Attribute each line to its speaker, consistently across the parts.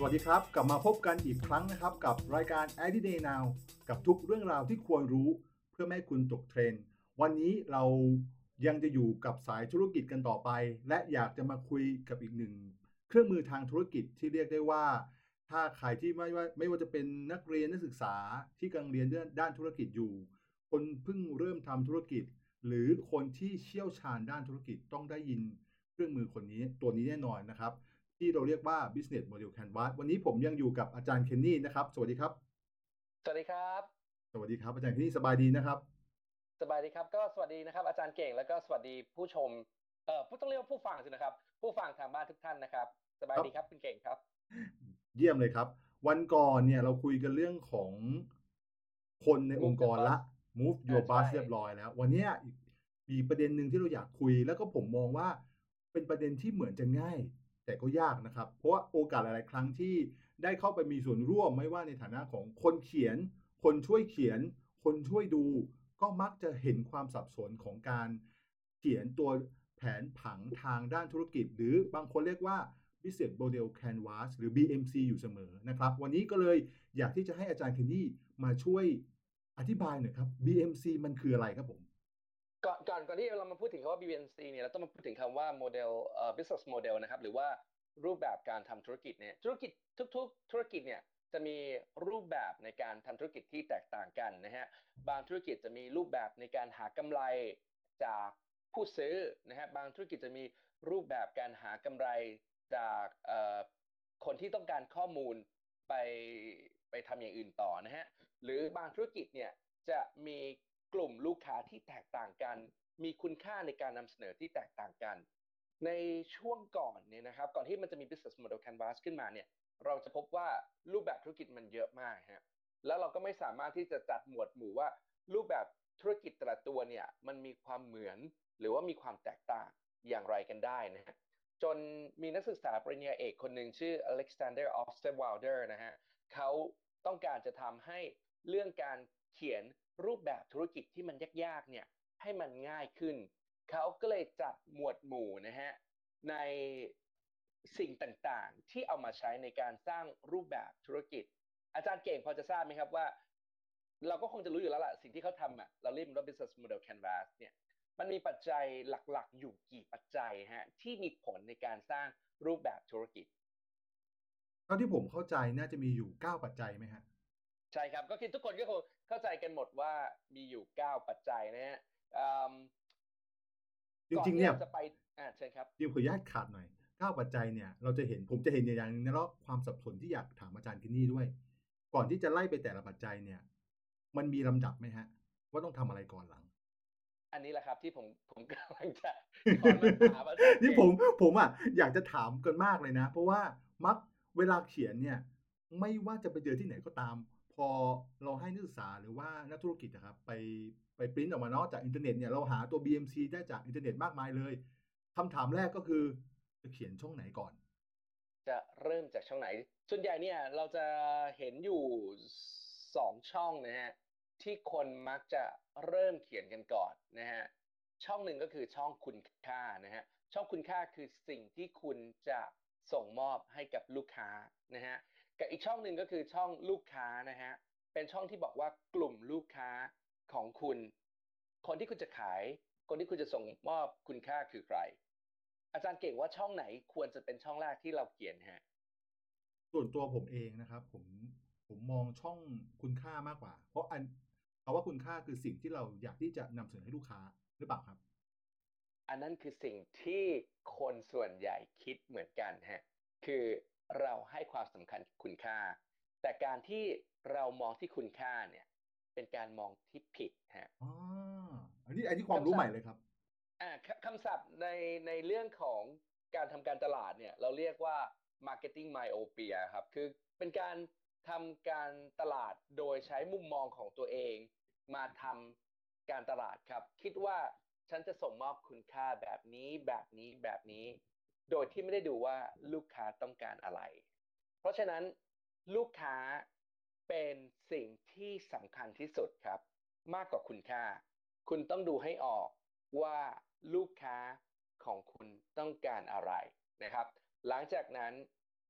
Speaker 1: วัสดีครับกลับมาพบกันอีกครั้งนะครับกับรายการ Everyday Now กับทุกเรื่องราวที่ควรรู้เพื่อไม่ให้คุณตกเทรนด์วันนี้เรายังจะอยู่กับสายธุรกิจกันต่อไปและอยากจะมาคุยกับอีกหนึ่งเครื่องมือทางธุรกิจที่เรียกได้ว่าถ้าใครที่ไม่ว่าจะเป็นนักเรียนนักศึกษาที่กำลังเรียนด้านธุรกิจอยู่คนเพิ่งเริ่มทำธุรกิจหรือคนที่เชี่ยวชาญด้านธุรกิจต้องได้ยินเครื่องมือคนนี้ตัวนี้แน่นอนนะครับที่เราเรียกว่า Business Model Canvas วันนี้ผมยังอยู่กับอาจารย์เคนนี่นะครับสวัสดีครับ
Speaker 2: สวัสดีครับ
Speaker 1: สวัสดีครับอาจารย์เคนนี่สบายดีนะครับ
Speaker 2: สบายดีครับก็สวัสดีนะครับอาจารย์เก่งแล้วก็สวัสดีผู้ชมผู้ต้องเรียกว่าผู้ฟังสินะครับผู้ฟังทางบ้านทุกท่านนะครับสบาย
Speaker 1: ครับ
Speaker 2: ดีครับคุณเก่งครับ
Speaker 1: เยี่ยมเลยครับวันก่อนเนี่ยเราคุยกันเรื่องของคนในอง
Speaker 2: Move
Speaker 1: ค์ก
Speaker 2: the
Speaker 1: รละ
Speaker 2: bus
Speaker 1: Move Your
Speaker 2: ใช่
Speaker 1: Bus เรียบร้อยแล้ววันนี้อีกประเด็นหนึ่งที่เราอยากคุยแล้วก็ผมมองว่าเป็นประเด็นที่เหมือนจะง่ายแต่ก็ยากนะครับเพราะว่าโอกาสหลายๆครั้งที่ได้เข้าไปมีส่วนร่วมไม่ว่าในฐานะของคนเขียนคนช่วยเขียนคนช่วยดูก็มักจะเห็นความสับสนของการเขียนตัวแผนผังทางด้านธุรกิจหรือบางคนเรียกว่า Business Model Canvas หรือ BMC อยู่เสมอนะครับวันนี้ก็เลยอยากที่จะให้อาจารย์เคนนี่มาช่วยอธิบายหน่อยครับ BMC มันคืออะไรครับผม
Speaker 2: ก่อนที่เรามาพูดถึงคำว่า BNC เนี่ยเราต้องมาพูดถึงคำว่าโมเดลbusiness model นะครับหรือว่ารูปแบบการทำธุรกิจเนี่ยธุรกิจทุกๆธุรกิจเนี่ยจะมีรูปแบบในการทำธุรกิจที่แตกต่างกันนะฮะบางธุรกิจจะมีรูปแบบในการหากำไรจากผู้ซื้อนะฮะบางธุรกิจจะมีรูปแบบการหากำไรจากคนที่ต้องการข้อมูลไปไปทำอย่างอื่นต่อนะฮะหรือบางธุรกิจเนี่ยจะมีกลุ่มลูกค้าที่แตกต่างกันมีคุณค่าในการนำเสนอที่แตกต่างกันในช่วงก่อนเนี่ยนะครับก่อนที่มันจะมี business model canvas ขึ้นมาเนี่ยเราจะพบว่ารูปแบบธุรกิจมันเยอะมากฮะแล้วเราก็ไม่สามารถที่จะจัดหมวดหมู่ว่ารูปแบบธุรกิจแต่ละตัวเนี่ยมันมีความเหมือนหรือว่ามีความแตกต่างอย่างไรกันได้นะฮะจนมีนักศึกษาปริญญาเอกคนหนึ่งชื่ออเล็กซานเดอร์ออฟสเตวาลเดอร์นะฮะเขาต้องการจะทำให้เรื่องการเขียนรูปแบบธุรกิจที่มันยากๆเนี่ยให้มันง่ายขึ้นเขาก็เลยจัดหมวดหมู่นะฮะในสิ่งต่างๆที่เอามาใช้ในการสร้างรูปแบบธุรกิจอาจารย์เก่งพอจะทราบไหมครับว่าเราก็คงจะรู้อยู่แล้วล่ะสิ่งที่เขาทำอ่ะเราเรียกมันว่า business model canvas เนี่ยมันมีปัจจัยหลักๆอยู่กี่ปัจจัยฮะที่มีผลในการสร้างรูปแบบธุรกิจ
Speaker 1: เท่าที่ผมเข้าใจน่าจะมีอยู่9ปัจจัยไหมฮะ
Speaker 2: ใช่ครับก็คือทุกคนก็คงเข้าใจกันหมดว่ามีอยู่9ปัจจัยนะฮะอืมก่อน
Speaker 1: จริงๆเนี่ย
Speaker 2: ที่เราจะไปเชิญครับ
Speaker 1: ขออนุญาตขาดหน่อย9ปัจจัยเนี่ยเราจะเห็นผมจะเห็นอย่างหนึงนะแล้วความสับสนที่อยากถามอาจารย์เคนนี่ด้วยก่อนที่จะไล่ไปแต่ละปัจจัยเนี่ยมันมีลำดับไหมฮะว่าต้องทำอะไรก่อนหลัง
Speaker 2: อันนี้แหละครับที่ผมกำลังจะก่อนมาถามอาจารย์
Speaker 1: นี่
Speaker 2: เก่ง
Speaker 1: ผมอ่ะอยากจะถามกันมากเลยนะเพราะว่ามักเวลาเขียนเนี่ยไม่ว่าจะไปเจอที่ไหนก็ตามพอเราให้นักศึกษาหรือว่านักธุรกิจนะครับไปปริ้นออกมาเนาะจากอินเทอร์เน็ตเนี่ยเราหาตัว BMC ได้จากอินเทอร์เน็ตมากมายเลยคำถามแรกก็คือจะเขียนช่องไหนก่อน
Speaker 2: จะเริ่มจากช่องไหนส่วนใหญ่เนี่ยเราจะเห็นอยู่2 ช่องนะฮะที่คนมักจะเริ่มเขียนกันก่อนนะฮะช่องหนึ่งก็คือช่องคุณค่านะฮะช่องคุณค่าคือสิ่งที่คุณจะส่งมอบให้กับลูกค้านะฮะกับอีกช่องหนึ่งก็คือช่องลูกค้านะฮะเป็นช่องที่บอกว่ากลุ่มลูกค้าของคุณคนที่คุณจะขายคนที่คุณจะส่งมอบคุณค่าคือใครอาจารย์เก่งว่าช่องไหนควรจะเป็นช่องแรกที่เราเขียนฮะ
Speaker 1: ส่วนตัวผมเองนะครับผมมองช่องคุณค่ามากกว่าเพราะคำว่าคุณค่าคือสิ่งที่เราอยากที่จะนำเสนอให้ลูกค้าหรือเปล่าครับ
Speaker 2: อันนั้นคือสิ่งที่คนส่วนใหญ่คิดเหมือนกันฮะคือเราให้ความสำคัญคุณค่าแต่การที่เรามองที่คุณค่าเนี่ยเป็นการมองที่ผิดฮะ
Speaker 1: อ๋ออันนี้ความรู้
Speaker 2: คำศัพท์
Speaker 1: ใหม่เลยครับ
Speaker 2: คำศัพท์ในเรื่องของการทำการตลาดเนี่ยเราเรียกว่า marketing myopia ครับคือเป็นการทำการตลาดโดยใช้มุมมองของตัวเองมาทำการตลาดครับคิดว่าฉันจะส่งมอบคุณค่าแบบนี้แบบนี้แบบนี้โดยที่ไม่ได้ดูว่าลูกค้าต้องการอะไรเพราะฉะนั้นลูกค้าเป็นสิ่งที่สำคัญที่สุดครับมากกว่าคุณค่าคุณต้องดูให้ออก ว่าลูกค้าของคุณต้องการอะไรนะครับหลังจากนั้น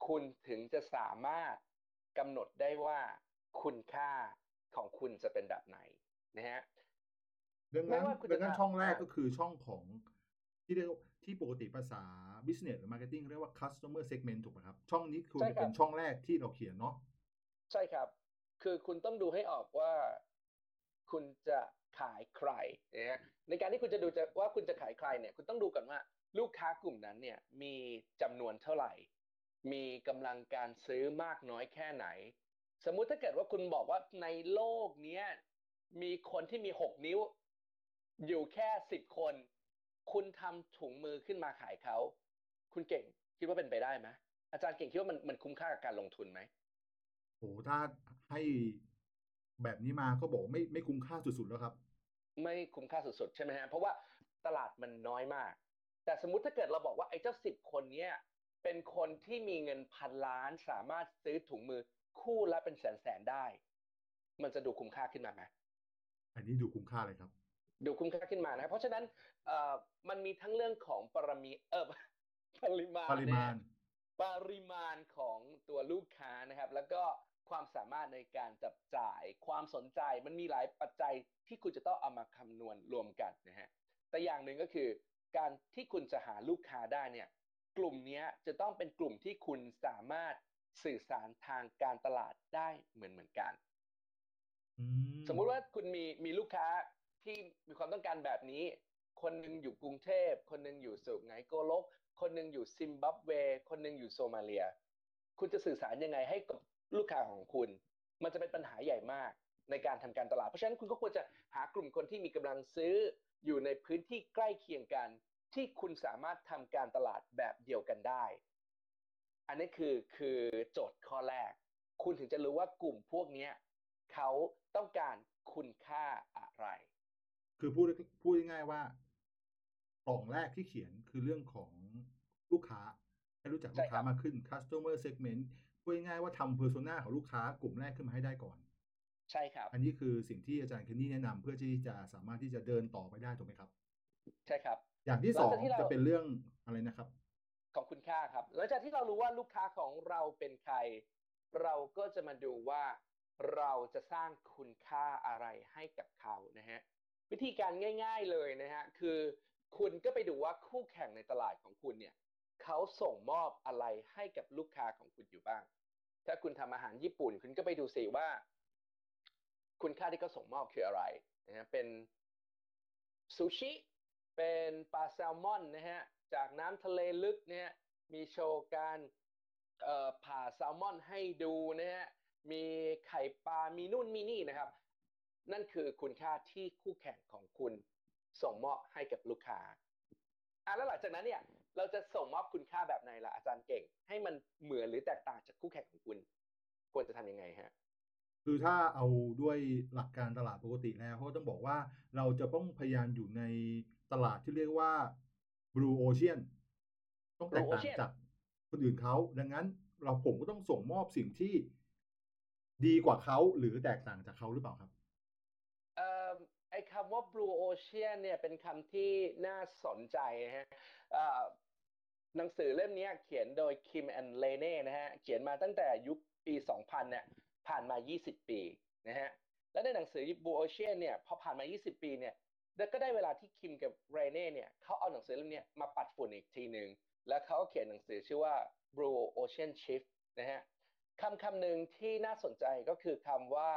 Speaker 2: คุณถึงจะสามารถกำหนดได้ว่าคุณค่าของคุณจะเป็นแบบไหนนะฮะ
Speaker 1: ดังนั้น
Speaker 2: ไม่ว่าคุณจะ
Speaker 1: ช่องแรก
Speaker 2: ทำ
Speaker 1: ก็คือช่องของที่เรียกที่ปกติภาษา business หรือ marketing เรียกว่า customer segment ถูกไหมครับช่องนี้ควร
Speaker 2: ใช่ครับ
Speaker 1: จะเป็นช่องแรกที่เราเขียนเนาะ
Speaker 2: ใช่ครับ คือคุณต้องดูให้ออกว่าคุณจะขายใครนะฮะในการที่คุณจะดูจะว่าคุณจะขายใครเนี่ยคุณต้องดูก่อนว่าลูกค้ากลุ่มนั้นเนี่ยมีจำนวนเท่าไหร่ มีกำลังการซื้อมากน้อยแค่ไหน สมมุติถ้าเกิดว่าคุณบอกว่าในโลกเนี้ยมีคนที่มี6 นิ้วอยู่แค่10 คนคุณทำถุงมือขึ้นมาขายเขาคุณเก่งคิดว่าเป็นไปได้ไหมอาจารย์เก่งคิดว่ามันคุ้มค่ากับการลงทุนไหม
Speaker 1: โอ้ถ้าให้แบบนี้มาก็บอกไม่คุ้มค่าสุดๆแล้วครับ
Speaker 2: ไม่คุ้มค่าสุดๆใช่ไหมฮะเพราะว่าตลาดมันน้อยมากแต่สมมุติถ้าเกิดเราบอกว่าไอ้เจ้า10 คนเนี้ยเป็นคนที่มีเงิน1,000 ล้านสามารถซื้อถุงมือคู่ละเป็นแสนๆได้มันจะดูคุ้มค่าขึ้นมาไหม
Speaker 1: อันนี้ดูคุ้มค่าเลยครับ
Speaker 2: ดูคุ้มค่าขึ้นมานะเพราะฉะนั้นเอ่อมันมีทั้งเรื่องของปรมีปริมาณนะฮะ
Speaker 1: ปริมาณ
Speaker 2: ปริมาณของตัวลูกค้านะครับแล้วก็ความสามารถในการจับจ่ายความสนใจมันมีหลายปัจจัยที่คุณจะต้องเอามาคำนวณรวมกันนะฮะแต่อย่างหนึ่งก็คือการที่คุณจะหาลูกค้าได้เนี่ยกลุ่มนี้จะต้องเป็นกลุ่มที่คุณสามารถสื่อสารทางการตลาดได้เหมือนกัน
Speaker 1: อืม
Speaker 2: สมมุติว่าคุณมีลูกค้าที่มีความต้องการแบบนี้ คนหนึ่งอยู่กรุงเทพคนหนึ่งอยู่สุไหงโกลกคนหนึ่งอยู่ซิมบับเวคนหนึ่งอยู่โซมาเลียคุณจะสื่อสารยังไงให้กับลูกค้าของคุณมันจะเป็นปัญหาใหญ่มากในการทำการตลาดเพราะฉะนั้นคุณก็ควรจะหากลุ่มคนที่มีกำลังซื้ออยู่ในพื้นที่ใกล้เคียงกันที่คุณสามารถทำการตลาดแบบเดียวกันได้อันนี้คือโจทย์ข้อแรกคุณถึงจะรู้ว่ากลุ่มพวกนี้เขาต้องการคุณค่าอะไร
Speaker 1: คือพูดง่ายๆว่ากล่องแรกที่เขียนคือเรื่องของลูกค้าให้รู้จักลูก
Speaker 2: ใช่ครับ
Speaker 1: ค้ามากขึ้น customer segment พูดง่ายๆว่าทำ persona ของลูกค้ากลุ่มแรกขึ้นมาให้ได้ก่อน
Speaker 2: ใช่ครับ
Speaker 1: อันนี้คือสิ่งที่อาจารย์เคนนี่แนะนำเพื่อที่จะสามารถที่จะเดินต่อไปได้ถูกไหมครับ
Speaker 2: ใช่ครับ
Speaker 1: อย่างที่สอง
Speaker 2: หลังจากที่เรา
Speaker 1: จะเป็นเรื่องอะไรนะครับ
Speaker 2: ของคุณค่าครับหลังจากที่เรารู้ว่าลูกค้าของเราเป็นใครเราก็จะมาดูว่าเราจะสร้างคุณค่าอะไรให้กับเขานะฮะวิธีการง่ายๆเลยนะฮะคือคุณก็ไปดูว่าคู่แข่งในตลาดของคุณเนี่ยเขาส่งมอบอะไรให้กับลูกค้าของคุณอยู่บ้างถ้าคุณทำอาหารญี่ปุ่นคุณก็ไปดูสิว่าคุณค่าที่เขาส่งมอบคืออะไรนะฮะเป็น ซูชิเป็นปลาแซลมอนนะฮะจากน้ำทะเลลึกเนี่ยมีโชว์การผ่าแซลมอนให้ดูนะฮะมีไข่ปลามีนู่นมีนี่นะครับนั่นคือคุณค่าที่คู่แข่งของคุณส่งมอบให้กับลูกค้าแล้วหลังจากนั้นเนี่ยเราจะส่งมอบคุณค่าแบบไหนล่ะอาจารย์เก่งให้มันเหมือนหรือแตกต่างจากคู่แข่งของคุณควรจะทำยังไงฮะ
Speaker 1: คือถ้าเอาด้วยหลักการตลาดปกติแล้วเขาต้องบอกว่าเราจะต้องพยายามอยู่ในตลาดที่เรียกว่า Blue Ocean ต้องแต
Speaker 2: รูโอเชียน
Speaker 1: กต่างจากคนอื่นเขาดังนั้นผมก็ต้องส่งมอบสิ่งที่ดีกว่าเขาหรือแตกต่างจากเขาหรือเปล่าครับ
Speaker 2: เอ่อไอ้คำว่า Blue Ocean เนี่ยเป็นคำที่น่าสนใจนะฮะเอ่อหนังสือเล่มนี้เขียนโดยคิมแอนเลเน่นะฮะเขียนมาตั้งแต่ยุคปี2000เนี่ยผ่านมา20ปีนะฮะและในหนังสือ Blue Ocean เนี่ยพอผ่านมา20ปีเนี่ยก็ได้เวลาที่คิมกับเรเน่เนี่ยเขาเอาหนังสือเล่มนี้มาปัดฝุ่นอีกทีหนึ่งแล้วเขาก็เขียนหนังสือชื่อว่า Blue Ocean Shift นะฮะ คำหนึ่งที่น่าสนใจก็คือคำว่า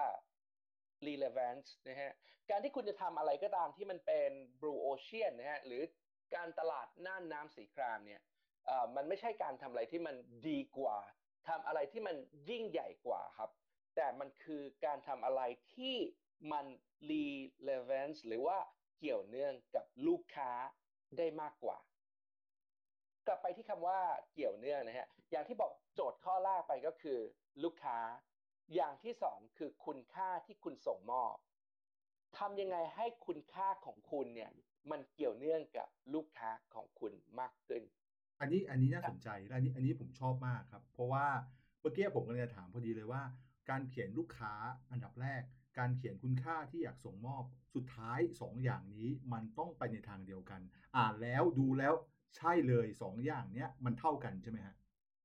Speaker 2: relevance นะฮะการที่คุณจะทำอะไรก็ตามที่มันเป็น blue ocean นะฮะหรือการตลาดน่านน้ำสีครามเนี่ยมันไม่ใช่การทำอะไรที่มันดีกว่าทำอะไรที่มันยิ่งใหญ่กว่าครับแต่มันคือการทำอะไรที่มัน relevance หรือว่าเกี่ยวเนื่องกับลูกค้าได้มากกว่า กลับไปที่คำว่าเกี่ยวเนื่องนะฮะอย่างที่บอกโจทย์ข้อแรกไปก็คือลูกค้าอย่างที่สองคือคุณค่าที่คุณส่งมอบทำยังไงให้คุณค่าของคุณเนี่ยมันเกี่ยวเนื่องกับลูกค้าของคุณมากขึ้น
Speaker 1: อันนี้น่าสนใจและอันนี้ผมชอบมากครับเพราะว่าเมื่อกี้ผมกำลังจะถามพอดีเลยว่าการเขียนลูกค้าอันดับแรกการเขียนคุณค่าที่อยากส่งมอบสุดท้ายสองอย่างนี้มันต้องไปในทางเดียวกันอ่านแล้วดูแล้วใช่เลยสองอย่างเนี้ยมันเท่ากันใช่ไหมฮะ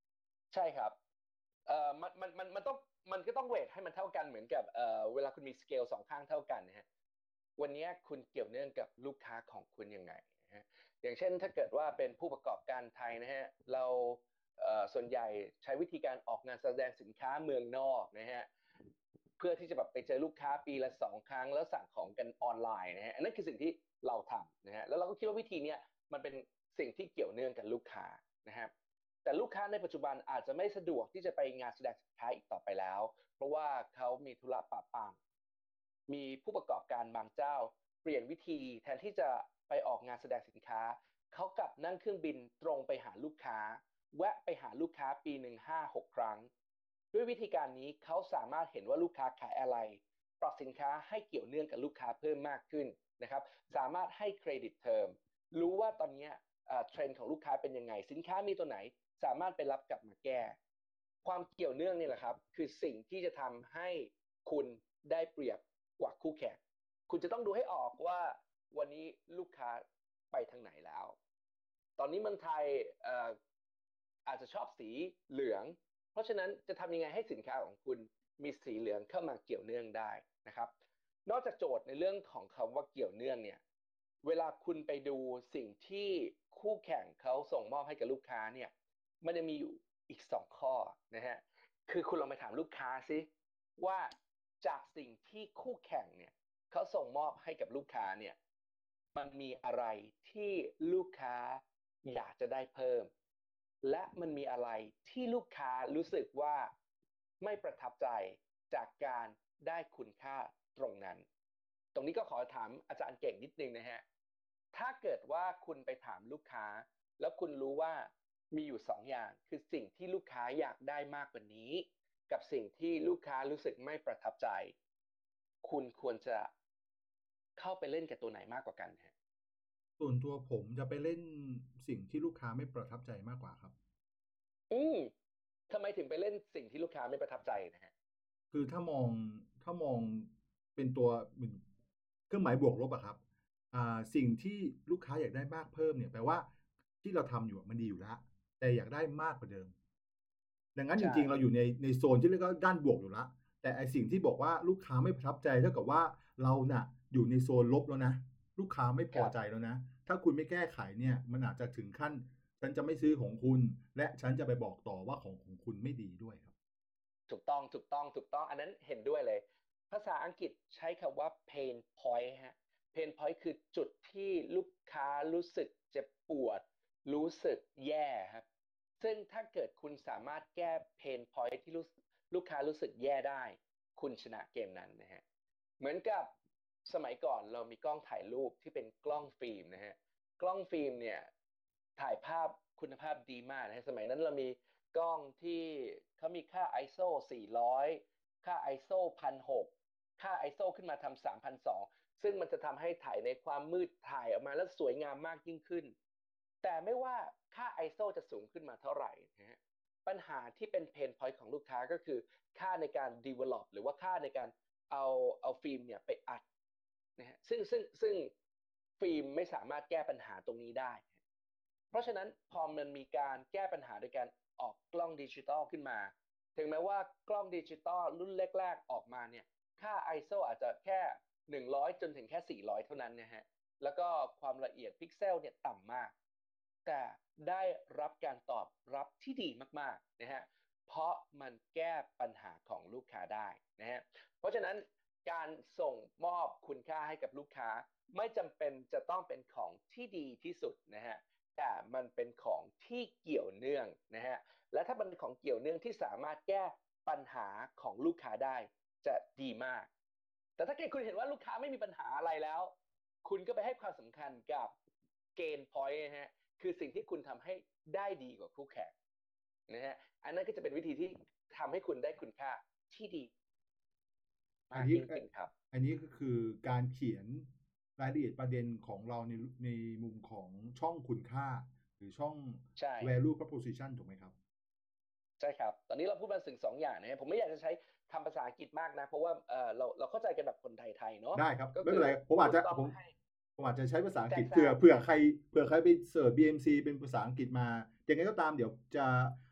Speaker 2: ใช่ครับมันต้องมันก็ต้องเวทให้มันเท่ากันเหมือนกับเวลาคุณมีสเกลสองข้างเท่ากันนะฮะวันนี้คุณเกี่ยวเนื่องกับลูกค้าของคุณยังไงนะฮะอย่างเช่นถ้าเกิดว่าเป็นผู้ประกอบการไทยนะฮะเราส่วนใหญ่ใช้วิธีการออกงานแสดงสินค้าเมืองนอกนะฮะเพื่อที่จะแบบไปเจอลูกค้าปีละ2 ครั้งแล้วสั่งของกันออนไลน์นะฮะอันนั้นคือสิ่งที่เราทำนะฮะแล้วเราก็คิดว่าวิธีนี้มันเป็นสิ่งที่เกี่ยวเนื่องกับลูกค้านะครับ แต่ลูกค้าในปัจจุบันอาจจะไม่สะดวกที่จะไปงานแสดงสินค้าอีกต่อไปแล้วเพราะว่าเขามีธุระปะปังมีผู้ประกอบการบางเจ้าเปลี่ยนวิธีแทนที่จะไปออกงานแสดงสินค้าเขากลับนั่งเครื่องบินตรงไปหาลูกค้าแวะไปหาลูกค้าปีหนึ่ง5-6 ครั้งด้วยวิธีการนี้เขาสามารถเห็นว่าลูกค้าขายอะไรปรับสินค้าให้เกี่ยวเนื่องกับลูกค้าเพิ่มมากขึ้นนะครับสามารถให้เครดิตเทอมรู้ว่าตอนนี้เทรนด์ของลูกค้าเป็นยังไงสินค้ามีตัวไหนสามารถไปรับกลับมาแก้ความเกี่ยวเนื่องนี่แหละครับคือสิ่งที่จะทำให้คุณได้เปรียบกว่าคู่แข่งคุณจะต้องดูให้ออกว่าวันนี้ลูกค้าไปทางไหนแล้วตอนนี้เมืองไทยอาจจะชอบสีเหลืองเพราะฉะนั้นจะทำยังไงให้สินค้าของคุณมีสีเหลืองเข้ามาเกี่ยวเนื่องได้นะครับนอกจากโจทย์ในเรื่องของคำว่าเกี่ยวเนื่องเนี่ยเวลาคุณไปดูสิ่งที่คู่แข่งเขาส่งมอบให้กับลูกค้าเนี่ยมันจะมีอยู่อีก2 ข้อนะฮะคือคุณลองไปถามลูกค้าซิว่าจากสิ่งที่คู่แข่งเนี่ยเขาส่งมอบให้กับลูกค้าเนี่ยมันมีอะไรที่ลูกค้าอยากจะได้เพิ่มและมันมีอะไรที่ลูกค้ารู้สึกว่าไม่ประทับใจจากการได้คุณค่าตรงนั้นตรงนี้ก็ขอถามอาจารย์เก่งนิดนึงนะฮะถ้าเกิดว่าคุณไปถามลูกค้าแล้วคุณรู้ว่ามีอยู่2 อย่างคือสิ่งที่ลูกค้าอยากได้มากกว่านี้กับสิ่งที่ลูกค้ารู้สึกไม่ประทับใจคุณควรจะเข้าไปเล่นกับตัวไหนมากกว่ากันฮะ
Speaker 1: ส่วนตัวผมจะไปเล่นสิ่งที่ลูกค้าไม่ประทับใจมากกว่าครับ
Speaker 2: อืมทำไมถึงไปเล่นสิ่งที่ลูกค้าไม่ประทับใจนะฮะ
Speaker 1: คือถ้ามองเป็นตัวเหมือนเครื่องหมายบวกลบอะครับสิ่งที่ลูกค้าอยากได้มากเพิ่มเนี่ยแปลว่าที่เราทำอยู่มันดีอยู่แล้วแต่อยากได้มากกว่าเดิมดังนั้นจ
Speaker 2: ใช่
Speaker 1: ริงๆเราอยู่ในโซนที่เรียกว่าด้านบวกอยู่แล้วแต่ไอสิ่งที่บอกว่าลูกค้าไม่ประทับใจเท่ากับว่าเราน่ะอยู่ในโซนลบแล้วนะลูกค้าไม่พ
Speaker 2: ครับ
Speaker 1: อใจแล้วนะถ้าคุณไม่แก้ไขเนี่ยมันอาจจะถึงขั้นฉันจะไม่ซื้อของคุณและฉันจะไปบอกต่อว่าของคุณไม่ดีด้วยครับ
Speaker 2: ถูกต้องถูกต้องถูกต้องอันนั้นเห็นด้วยเลยภาษาอังกฤษใช้คำว่า pain point ฮะ pain point คือจุดที่ลูกค้ารู้สึกเจ็บปวดรู้สึกแย่ครับซึ่งถ้าเกิดคุณสามารถแก้ pain point ที่ลูกค้ารู้สึกแย่ได้คุณชนะเกมนั้นนะฮะเหมือนกับสมัยก่อนเรามีกล้องถ่ายรูปที่เป็นกล้องฟิล์มนะฮะกล้องฟิล์มเนี่ยถ่ายภาพคุณภาพดีมากนะฮะสมัยนั้นเรามี กล้องที่เขามีค่า ISO 400ค่า ISO 1,600ค่า ISO ขึ้นมาทำ3,200ซึ่งมันจะทำให้ถ่ายในความมืดถ่ายออกมาแล้วสวยงามมากยิ่งขึ้นแต่ไม่ว่าค่า ISO จะสูงขึ้นมาเท่าไหร่นะฮะปัญหาที่เป็นเพนพอยต์ของลูกค้าก็คือค่าในการ develop หรือว่าค่าในการเอาเอาฟิล์มเนี่ยไปอัดนะฮะซึ่งฟิล์มไม่สามารถแก้ปัญหาตรงนี้ได้ เพราะฉะนั้นพอมันมีการแก้ปัญหาโดยการออกกล้องดิจิตอลขึ้นมาถึงแม้ว่ากล้องดิจิตอลรุ่นแรกๆออกมาเนี่ยค่า ISO อาจจะแค่100จนถึงแค่400เท่านั้นนะฮะแล้วก็ความละเอียดพิกเซลเนี่ยต่ำมากแต่ได้รับการตอบรับที่ดีมากๆนะฮะเพราะมันแก้ปัญหาของลูกค้าได้นะฮะเพราะฉะนั้นการส่งมอบคุณค่าให้กับลูกค้าไม่จำเป็นจะต้องเป็นของที่ดีที่สุดนะฮะ แต่มันเป็นของที่เกี่ยวเนื่องนะฮะและถ้ามันเป็นของเกี่ยวเนื่องที่สามารถแก้ปัญหาของลูกค้าได้จะดีมากแต่ถ้าเกิดคุณเห็นว่าลูกค้าไม่มีปัญหาอะไรแล้วคุณก็ไปให้ความสำคัญกับเกณฑ์พอยต์นะฮะคือสิ่งที่คุณทำให้ได้ดีกว่าคู่แข่งนะฮะอันนั้นก็จะเป็นวิธีที่ทำให้คุณได้คุณค่าที่ดี
Speaker 1: อันนี้
Speaker 2: มากยิ่งขึ้นครับ
Speaker 1: อันนี้ก็คือการเขียนรายละเอียดประเด็นของเราในมุมของช่องคุณค่าหรือช่อง
Speaker 2: ใช่
Speaker 1: value proposition ถูกไหมครับ
Speaker 2: ใช่ครับตอนนี้เราพูดมาถึง2 อย่างนะผมไม่อยากจะใช้คำภาษาอังกฤษมากนะเพราะว่าเราเข้าใจกันแบบคนไทยๆเนาะ
Speaker 1: ได้ครับ
Speaker 2: ก็คือ
Speaker 1: ไม่เป็นไรผมอาจ
Speaker 2: คุณ
Speaker 1: จะผม
Speaker 2: ต้องให้
Speaker 1: ผมอาจจะใช้ภาษาอัง
Speaker 2: แทร
Speaker 1: กฤษ
Speaker 2: กแซง
Speaker 1: เผื่อใครไปเสิร์ช BMC เป็นภาษาอังกฤษมายังไงก็ตามเดี๋ยวจะ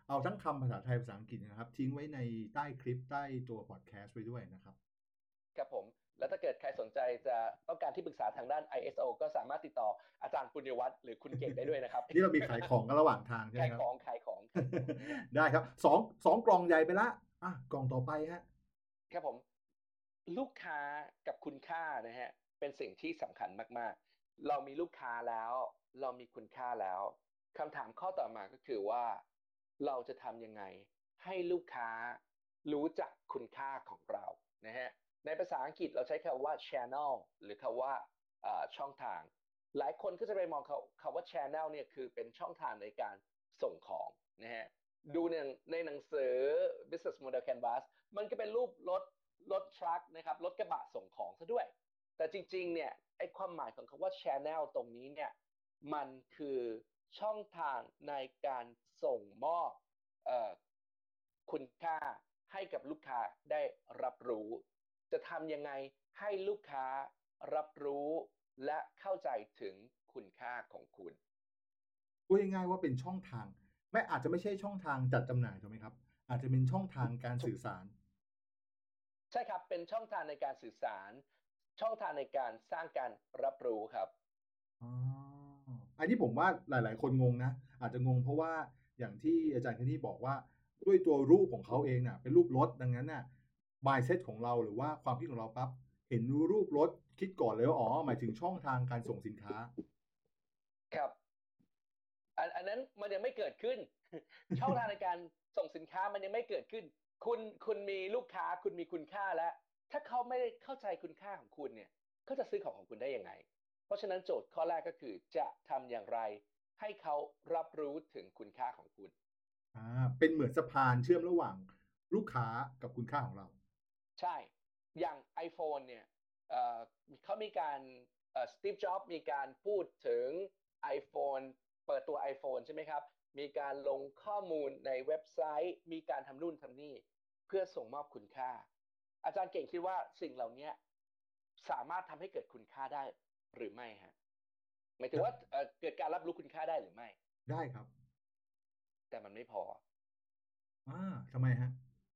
Speaker 1: เอาทั้งคำภาษาไทยภาษาอังกฤษนะครับทิ้งไว้ในใต้คลิปใต้ตัวพอดแคสต์ไว้ด้วยนะครับ
Speaker 2: ครับผมแล้วถ้าเกิดใครสนใจจะต้องการที่ปรึกษาทางด้าน ISO ก็สามารถติดต่ออาจารย์ปุญญวัฒน์หรือคุณเก่งได้ด้วยนะครับ
Speaker 1: นี่เรามีขายของกันระหว่างทางใช่ไหมครับ
Speaker 2: ขายของนะฮะ
Speaker 1: ได้ครับสองกล่องใหญ่ไปละกล่องต่อไปฮะ
Speaker 2: ครับผมลูกค้ากับคุณค่านะฮะเป็นสิ่งที่สำคัญมากๆเรามีลูกค้าแล้วเรามีคุณค่าแล้วคำถามข้อต่อมาก็คือว่าเราจะทำยังไงให้ลูกค้ารู้จักคุณค่าของเรานะฮะในภาษาอังกฤษเราใช้คำว่า channel หรือคำว่าช่องทางหลายคนก็จะไปมองคำว่า channel เนี่ยคือเป็นช่องทางในการส่งของนะฮะดูในหนังสือ business model canvas มันก็เป็นรูปรถทรัคนะครับรถกระบะส่งของซะด้วยแต่จริงๆเนี่ยไอความหมายของคำว่า channel ตรงนี้เนี่ยมันคือช่องทางในการส่งมอบเอ่อคุณค่าให้กับลูกค้าได้รับรู้จะทำยังไงให้ลูกค้ารับรู้และเข้าใจถึงคุณค่าของคุณ
Speaker 1: พูดง่ายๆว่าเป็นช่องทางไม่อาจจะไม่ใช่ช่องทางจัดจำหน่ายถูกไหมครับอาจจะเป็นช่องทางการสื่อสาร
Speaker 2: ใช่ครับเป็นช่องทางในการสื่อสารช่องทางในการสร้างการรับรู้ครับ
Speaker 1: อ๋ออันนี้ผมว่าหลายๆคนงงนะอาจจะงงเพราะว่าอย่างที่อาจารย์เคนนี่บอกว่าด้วยตัวรูปของเขาเองน่ะเป็นรูปรถดังนั้นน่ะ mindset ของเราหรือว่าความคิดของเราปั๊บเห็นรูปรถคิดก่อนเลยว่าอ๋อหมายถึงช่องทางการส่งสินค้า
Speaker 2: ครับอันนั้นมันยังไม่เกิดขึ้นช่องทางในการส่งสินค้ามันยังไม่เกิดขึ้นคุณมีลูกค้าคุณมีคุณค่าแล้วถ้าเขาไม่ได้เข้าใจคุณค่าของคุณเนี่ยเขาจะซื้อของคุณได้ยังไงเพราะฉะนั้นโจทย์ข้อแรกก็คือจะทำอย่างไรให้เขารับรู้ถึงคุณค่าของคุณ
Speaker 1: เป็นเหมือนสะพานเชื่อมระหว่างลูกค้ากับคุณค่าของเรา
Speaker 2: ใช่ อย่าง iPhone เนี่ยเอ่อเขามีการสตีฟจ็อบมีการพูดถึง iPhone เปิดตัว iPhone ใช่ไหมครับ มีการลงข้อมูลในเว็บไซต์ มีการทำนู่นทำนี่เพื่อส่งมอบคุณค่า อาจารย์เก่งคิดว่าสิ่งเหล่านี้สามารถทำให้เกิดคุณค่าได้หรือไม่ฮะหมายถึงว่าเกิดการรับรู้คุณค่าได้หรือไม่
Speaker 1: ได้ครับ
Speaker 2: แต่มันไม่พอ
Speaker 1: ทำไมฮะ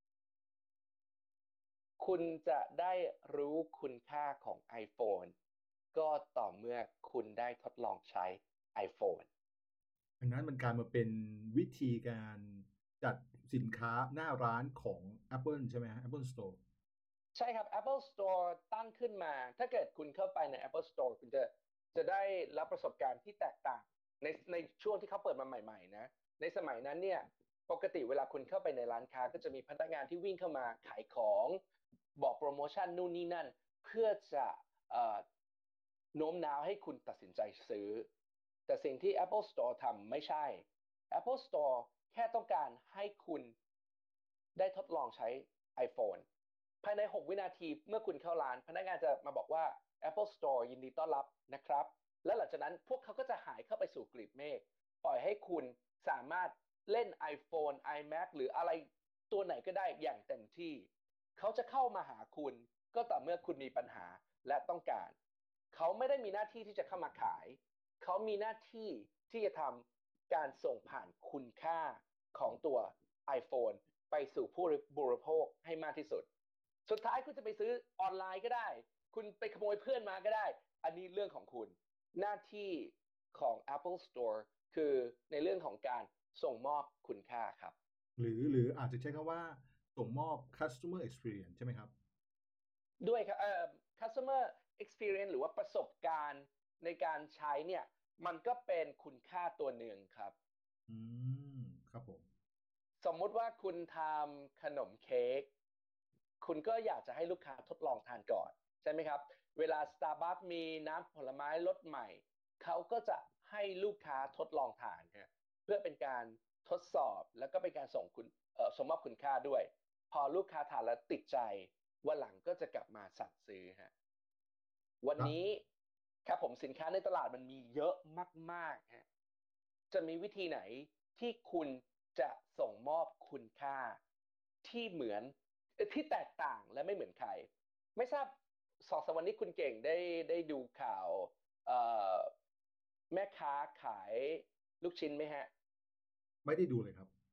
Speaker 2: คุณจะได้รู้คุณค่าของ iPhone ก็ต่อเมื่อคุณได้ทดลองใช้ iPhone
Speaker 1: อันนั้นมันกลายมาเป็นวิธีการจัดสินค้าหน้าร้านของ Apple ใช่ไหมฮะ Apple Store
Speaker 2: ใช่ครับ Apple Store ตั้งขึ้นมา ถ้าเกิดคุณเข้าไปใน Apple Store คุณจะได้รับประสบการณ์ที่แตกต่างในช่วงที่เขาเปิดมาใหม่ๆนะในสมัยนั้นเนี่ยปกติเวลาคุณเข้าไปในร้านค้าก็จะมีพนักงานที่วิ่งเข้ามาขายของบอกโปรโมชั่นนู่นนี่นั่นเพื่อจะเอ่อโน้มน้าวให้คุณตัดสินใจซื้อแต่สิ่งที่ Apple Store ทำไม่ใช่ Apple Store แค่ต้องการให้คุณได้ทดลองใช้ iPhone ภายใน6วินาทีเมื่อคุณเข้าร้านพนักงานจะมาบอกว่า Apple Store ยินดีต้อนรับนะครับและหลังจากนั้นพวกเขาก็จะหายเข้าไปสู่กลีบเมฆปล่อยให้คุณสามารถเล่น iPhone iMac หรืออะไรตัวไหนก็ได้อย่างเต็มที่เขาจะเข้ามาหาคุณก็ต่อเมื่อคุณมีปัญหาและต้องการเขาไม่ได้มีหน้าที่ที่จะเข้ามาขายเขามีหน้าที่ที่จะทำการส่งผ่านคุณค่าของตัว iPhone ไปสู่ผู้บริโภคให้มากที่สุด สุดท้ายคุณจะไปซื้อออนไลน์ก็ได้ คุณไปขโมยเพื่อนมาก็ได้ อันนี้เรื่องของคุณ หน้าที่ของ Apple Store คือในเรื่องของการส่งมอบคุณค่าครับ
Speaker 1: หรืออาจจะใช้คำว่าส่งมอบ customer experience ใช่ไหมครับ
Speaker 2: ด้วยครับcustomer experience หรือว่าประสบการณ์ในการใช้เนี่ยมันก็เป็นคุณค่าตัวหนึ่งครับ
Speaker 1: อืมครับผม
Speaker 2: สมมุติว่าคุณทำขนมเค้กคุณก็อยากจะให้ลูกค้าทดลองทานก่อนใช่ไหมครับเวลา Starbucks มีน้ำผลไม้รสใหม่เขาก็จะให้ลูกค้าทดลองทานฮะเพื่อเป็นการทดสอบแล้วก็เป็นการส่งมอบคุณค่าด้วยพอลูกค้าทานแล้วติดใจวันหลังก็จะกลับมาสั่งซื้อฮะวัน
Speaker 1: ครับ
Speaker 2: นี้ครับผมสินค้าในตลาดมันมีเยอะมากๆฮะ จะมีวิธีไหนที่คุณจะส่งมอบคุณค่าที่เหมือนที่แตกต่างและไม่เหมือนใครไม่ทราบ2-3วันนี้คุณเก่งได้ดูข่าวเอ่อแม่ค้าขายลูกชิ้นไหมฮะ
Speaker 1: ไม่ได้ดูเลยครับ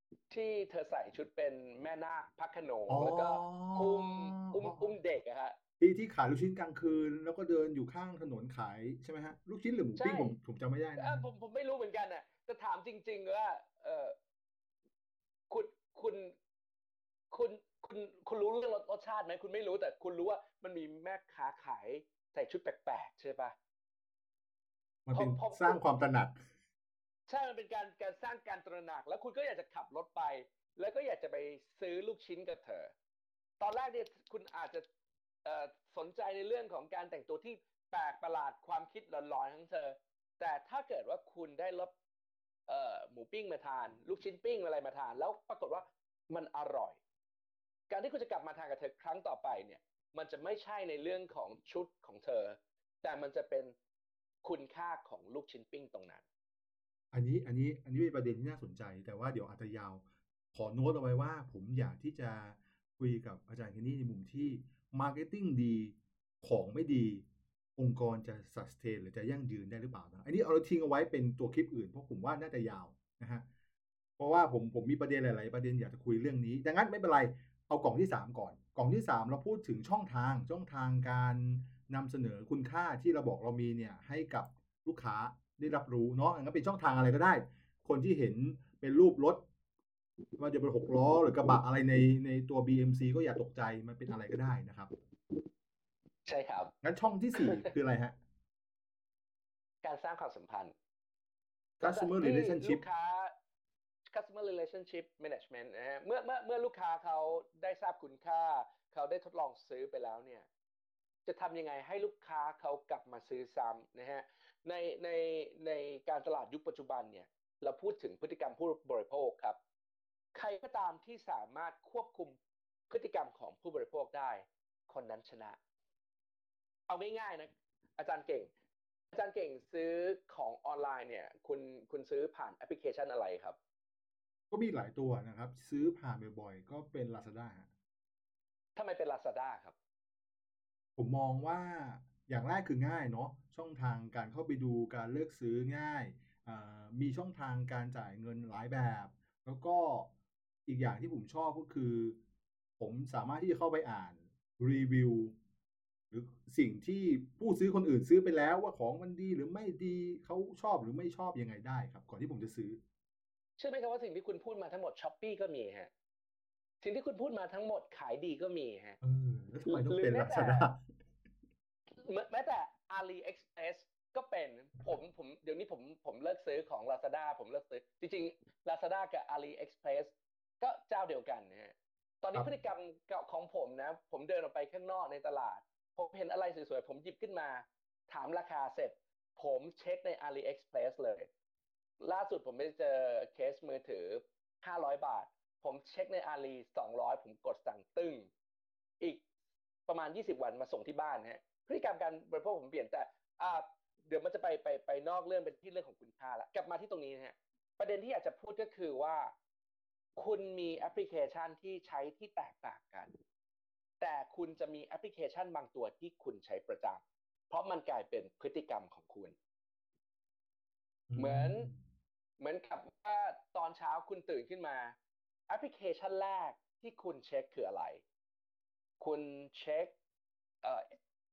Speaker 2: ที่เธอใส่ชุดเป็นแม่นาคพระโขน
Speaker 1: อ๋อ
Speaker 2: งแล้วก็อุ้มอุ้
Speaker 1: อ๋อ
Speaker 2: มอุ้มเด็กอะฮะ
Speaker 1: ที่ขายลูกชิ้นกลางคืนแล้วก็เดินอยู่ข้างถนนขายใช่ไหมฮะลูกชิ้นหรือหมูปิ้
Speaker 2: ใช่
Speaker 1: งผมจำไม่ได้นะฮะ
Speaker 2: ผมไม่รู้เหมือนกันน่ะแต่ถามจริงๆว่าเออคุณคุณคุณคุณคุณรู้เรื่องรสชาติไหมคุณไม่รู้แต่คุณรู้ว่ามันมีแม่ค้าขายใส่ชุดแปลกๆใช่ปะ
Speaker 1: มันเป็น
Speaker 2: พอคุณ
Speaker 1: สร้างความตระหนัก
Speaker 2: ใช่มันเป็นการสร้างการตระหนักแล้วคุณก็อยากจะขับรถไปแล้วก็อยากจะไปซื้อลูกชิ้นกับเธอตอนแรกเนี่ยคุณอาจจะสนใจในเรื่องของการแต่งตัวที่แปลกประหลาดความคิดหลอนๆของเธอแต่ถ้าเกิดว่าคุณได้รับหมูปิ้งมาทานลูกชิ้นปิ้งอะไรมาทานแล้วปรากฏว่ามันอร่อยการที่คุณจะกลับมาทานกับเธอครั้งต่อไปเนี่ยมันจะไม่ใช่ในเรื่องของชุดของเธอแต่มันจะเป็นคุณค่าของลูกชิ้นปิ้งตรงนั้น
Speaker 1: อันนี้เป็นประเด็นที่น่าสนใจแต่ว่าเดี๋ยวอาจจะยาวขอโน้ตเอาไว้ว่าผมอยากที่จะคุยกับอาจารย์เคนนี่ในมุมที่มาร์เก็ตติ้งดีของไม่ดีองค์กรจะส s เ a นหรือจะยั่งยืนได้หรือเปล่านะอันนี้เอาทิ้งเอาไว้เป็นตัวคลิปอื่นเพราะผมว่าน่าจะยาวนะฮะเพราะว่าผมมีประเด็นหลายๆประเด็นอยากจะคุยเรื่องนี้ดังนั้นไม่เป็นไรเอากล่องที่3ก่อนกล่องที่3เราพูดถึงช่องทางการนำเสนอคุณค่าที่เราบอกเรามีเนี่ยให้กับลูกค้าได้รับรู้เนาะงั้นเป็นช่องทางอะไรก็ได้คนที่เห็นเป็นรูปรถว่าจะเป็น6 ล้อหรือกระบะอะไรในตัว BMC ก็อย่าตกใจมันเป็นอะไรก็ได้นะครับ
Speaker 2: ใช่ครับ
Speaker 1: งั้นช่องที่4คืออะไรฮะ
Speaker 2: การสร้างความสัมพันธ์หลังจาก
Speaker 1: customer
Speaker 2: ที่ลู
Speaker 1: relationship
Speaker 2: กค้า customer relationship management นะฮะเมื่อลูกค้าเขาได้ทราบคุณค่าเขาได้ทดลองซื้อไปแล้วเนี่ยจะทำยังไงให้ลูกค้าเขากลับมาซื้อซ้ำนะฮะในในในการตลาดยุคปัจจุบันเนี่ยเราพูดถึงพฤติกรรมผู้บริโภคครับใครก็ตามที่สามารถควบคุมพฤติกรรมของผู้บริโภคได้คนนั้นชนะ เอาง่ายๆนะอาจารย์เก่งอาจารย์เก่งซื้อของออนไลน์เนี่ยคุณซื้อผ่านแอปพลิเคชันอะไรครับ
Speaker 1: ก็มีหลายตัวนะครับซื้อผ่านบ่อยๆก็เป็น Lazada ฮะ
Speaker 2: ทำไมเป็น Lazada ครับ
Speaker 1: ผมมองว่าอย่างแรกคือง่ายเนาะช่องทางการเข้าไปดูการเลือกซื้อง่ายมีช่องทางการจ่ายเงินหลายแบบแล้วก็อีกอย่างที่ผมชอบก็คือผมสามารถที่จะเข้าไปอ่านรีวิวหรือสิ่งที่ผู้ซื้อคนอื่นซื้อไปแล้วว่าของมันดีหรือไม่ดีเขาชอบหรือไม่ชอบยังไงได้ครับก่อนที่ผมจะซื้อ
Speaker 2: เชื่อไหมครับว่าสิ่งที่คุณพูดมาทั้งหมดช้อปปี้ก็มีฮะสิ่งที่คุณพูดมาทั้งหมดขายดีก็มีฮะ
Speaker 1: แล้วทำไมต้องเป็น
Speaker 2: หรือแม้แต่
Speaker 1: Lazada
Speaker 2: แม้แต่ AliExpress ก็เป็นผมเดี๋ยวนี้ผมเลิกซื้อของ Lazada ผมเลิกซื้อจริงๆ Lazada กับ AliExpress ก็เจ้าเดียวกันนะฮะตอน
Speaker 1: ครับ
Speaker 2: นี้พฤติกรรมของผมนะผมเดินออกไปข้างนอกในตลาดผมเห็นอะไรสวยๆผมหยิบขึ้นมาถามราคาเสร็จผมเช็คใน AliExpress เลยล่าสุดผมไปเจอเคสมือถือ500 บาทผมเช็คในอาลี200ผมกดสั่งตึ้งอีกประมาณ20วันมาส่งที่บ้านฮะ พฤติกรรมการบริโภคผมเปลี่ยนแต่เดี๋ยวมันจะไปนอกเรื่องเป็นที่เรื่องของคุณค่าละกลับมาที่ตรงนี้นะฮะประเด็นที่อยากจะพูดก็คือว่าคุณมีแอปพลิเคชันที่ใช้ที่แตกต่างกันแต่คุณจะมีแอปพลิเคชันบางตัวที่คุณใช้ประจำเพราะมันกลายเป็นพฤติกรรมของคุณ
Speaker 1: อื
Speaker 2: เหมือน
Speaker 1: ม
Speaker 2: เหมือนกับว่าตอนเช้าคุณตื่นขึ้นมาแอปพลิเคชันแรกที่คุณเช็คคืออะไร คุณเช็คเอ่อ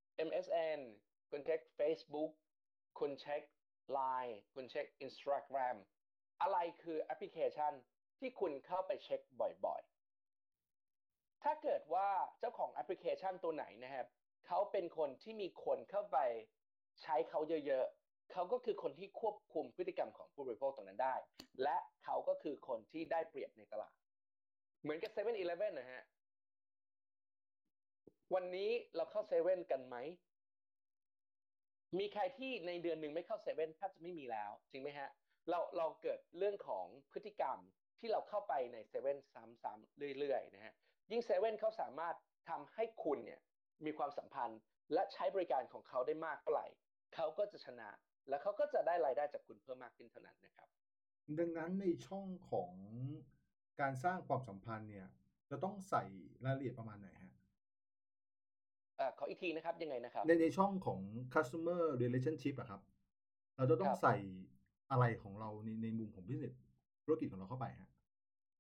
Speaker 2: MSN คุณเช็ค Facebook คุณเช็ค Line คุณเช็ค Instagram อะไรคือแอปพลิเคชันที่คุณเข้าไปเช็คบ่อยๆ ถ้าเกิดว่าเจ้าของแอปพลิเคชันตัวไหนนะครับเขาเป็นคนที่มีคนเข้าไปใช้เขาเยอะๆเขาก็คือคนที่ควบคุมพฤติกรรมของผู้บริโภคตรงนั้นได้และเขาก็คือคนที่ได้เปรียบในตลาดเหมือนกับ7-Elevenนะฮะวันนี้เราเข้าเซเว่นกันไหม มีใครที่ในเดือนหนึ่งไม่เข้าเซเว่นแทบจะไม่มีแล้วจริงไหมฮะเราเกิดเรื่องของพฤติกรรมที่เราเข้าไปในเซเว่นซ้ำๆเรื่อยๆนะฮะยิ่งเซเว่นเขาสามารถทำให้คุณเนี่ยมีความสัมพันธ์และใช้บริการของเขาได้มากเท่าไหร่เขาก็จะชนะและเขาก็จะได้รายได้จากคุณเพิ่มมากขึ้นเท่านั้นนะครับ
Speaker 1: ดังนั้นในช่องของการสร้างความสัมพันธ์เนี่ยจะต้องใส่รายละเอียดประมาณไหนฮะ
Speaker 2: ขออีกทีนะครับยังไงนะครับ
Speaker 1: ในช่องของ customer relationship อะครับเราจะ
Speaker 2: ครับ
Speaker 1: ต้องใส่อะไรของเราในมุมของ business ธุรกิจของเราเข้าไปฮะ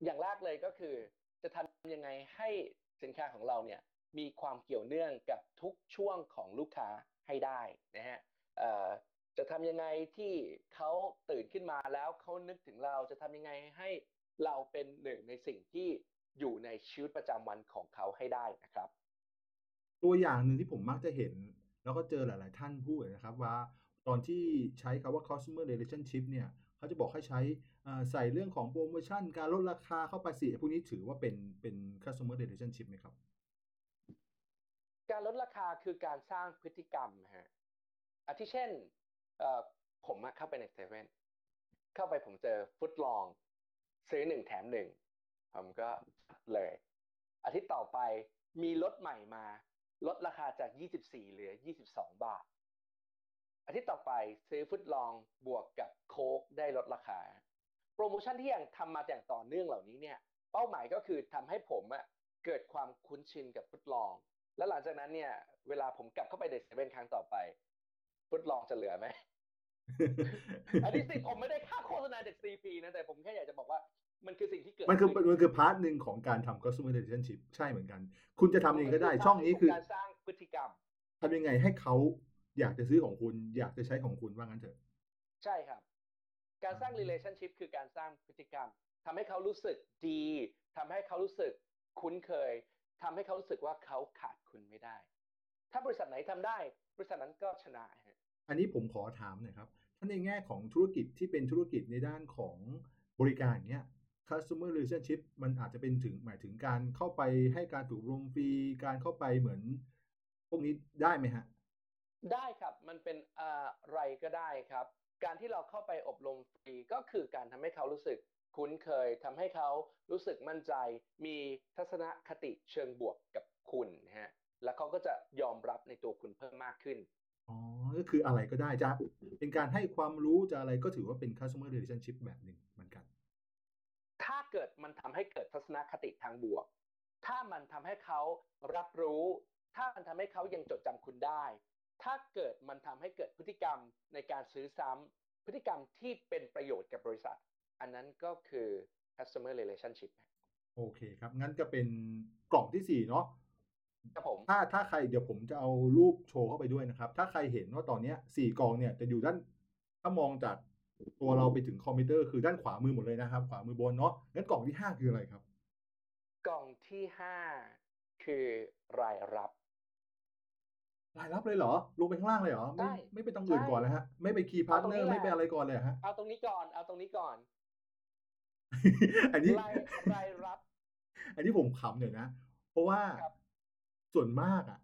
Speaker 2: อย่างแรกเลยก็คือจะทำยังไงให้สินค้าของเราเนี่ยมีความเกี่ยวเนื่องกับทุกช่วงของลูกค้าให้ได้นะฮะเอ่อจะทำยังไงที่เขาตื่นขึ้นมาแล้วเขานึกถึงเราจะทำยังไงให้เราเป็นหนึ่งในสิ่งที่อยู่ในชีวิตประจำวันของเขาให้ได้นะครับ
Speaker 1: ตัวอย่างหนึ่งที่ผมมักจะเห็นแล้วก็เจอหลายๆท่านพูดนะครับว่าตอนที่ใช้คำว่า customer relationship เนี่ยเขาจะบอกให้ใช้ใส่เรื่องของโพรโมชันการลดราคาเข้าไปสิพวกนี้ถือว่าเป็น customer relationship ไหมครับ
Speaker 2: การลดราคาคือการสร้างพฤติกรรมฮะอาทิเช่นเอ่อผมเข้าไปในเซเว่น เข้าไปผมเจอฟุตลองซื้อหนึ่งแถมหนึ่งผมก็เลยอาทิตย์ต่อไปมีลดใหม่มาลดราคาจาก24เหลือ22 บาทอาทิตย์ต่อไปซื้อฟุตลองบวกกับโค้กได้ลดราคาโปรโมชั่นที่ยังทำมาอย่างต่อเนื่องเหล่านี้เนี่ยเป้าหมายก็คือทำให้ผมเกิดความคุ้นชินกับฟุตลองแล้วหลังจากนั้นเนี่ยเวลาผมกลับเข้าไปในเซเว่นครั้งต่อไปฟุตลองจะเหลือไหม อันนี้สิผมไม่ได้ค่าโฆษณาจากซีพีนะแต่ผมแค่อยากจะบอกว่ามันคือสิ่งที่เกิ
Speaker 1: มันคือ
Speaker 2: ดขึ้น
Speaker 1: มันคือพาร์ทหนึ่งของการทำ customer relationship ใช่เหมือนกันคุณจะทำ
Speaker 2: มัน
Speaker 1: เอง
Speaker 2: ก็คือพาร์ท
Speaker 1: ก็ได้ช่องนี้คือ
Speaker 2: หนึ่งของการสร้างพฤติกรรม
Speaker 1: ทำยังไงให้เขาอยากจะซื้อของคุณอยากจะใช้ของคุณว่างั้นเถอะ
Speaker 2: ใช่ครับการสร้าง relationship คือการสร้างพฤติกรรมทำให้เขารู้สึกดีทำให้เขารู้สึกคุ้นเคยทำให้เขารู้สึกว่าเขาขาดคุณไม่ได้ถ้าบริษัทไหนทำได้บริษัทนั้นก็ชนะฮะ
Speaker 1: อันนี้ผมขอถามหน่อยครับถ้าในแง่ของธุรกิจที่เป็นธุรกิจในด้านของบริการอย่างเงี้ย customer relationship มันอาจจะเป็นถึงหมายถึงการเข้าไปให้การถูกลงฟรีการเข้าไปเหมือนพวกนี้ได้ไหมฮะ
Speaker 2: ได้ครับมันเป็นอะไรก็ได้ครับการที่เราเข้าไปอบรมฟรีก็คือการทำให้เขารู้สึกคุ้นเคยทำให้เขารู้สึกมั่นใจมีทัศนคติเชิงบวกกับคุณนะฮะแล้วเขาก็จะยอมรับในตัวคุณเพิ่มมากขึ้น
Speaker 1: อ๋อก็คืออะไรก็ได้จะเป็นการให้ความรู้จะอะไรก็ถือว่าเป็น customer relationship แบบหนึ่งเหมือนกัน
Speaker 2: ถ้าเกิดมันทำให้เกิดทัศนคติทางบวกถ้ามันทำให้เขารับรู้ถ้ามันทำให้เขายังจดจำคุณได้ถ้าเกิดมันทำให้เกิดพฤติกรรมในการซื้อซ้ำพฤติกรรมที่เป็นประโยชน์กับบริษัทอันนั้นก็คือ customer relationship
Speaker 1: โอเคครับงั้นก็เป็นกล่องที่4เนาะ
Speaker 2: ครับผม
Speaker 1: ถ้าใครเดี๋ยวผมจะเอารูปโชว์เข้าไปด้วยนะครับถ้าใครเห็นว่าตอนเนี้ย4กล่องเนี่ยจะอยู่ด้านถ้ามองจากตัวเราไปถึงคอมพิวเตอร์คือด้านขวามือหมดเลยนะครับขวามือบนเนาะงั้นกล่องที่5คืออะไรครับ
Speaker 2: กล่องที่5คือรายรับ
Speaker 1: รายรับเลยเหรอลงไปข้างล่างเลยเหรอไม่
Speaker 2: ใช่
Speaker 1: ไม่ไปตรงอื่น
Speaker 2: ใช่
Speaker 1: ก่อนเลยฮะไม่ไปคีย์พาร์ทเนอร์
Speaker 2: เอาตรงนี้แหละ
Speaker 1: ไม่ไปอะไรก่อนเลยฮะ
Speaker 2: เอาตรงนี้ก่อนเอาตรงนี้ก่อน
Speaker 1: อันนี้
Speaker 2: รายรายรับ
Speaker 1: อันนี้ผมขำหน่อยนะเพราะว่า
Speaker 2: ครับ
Speaker 1: ส่วนมากอะ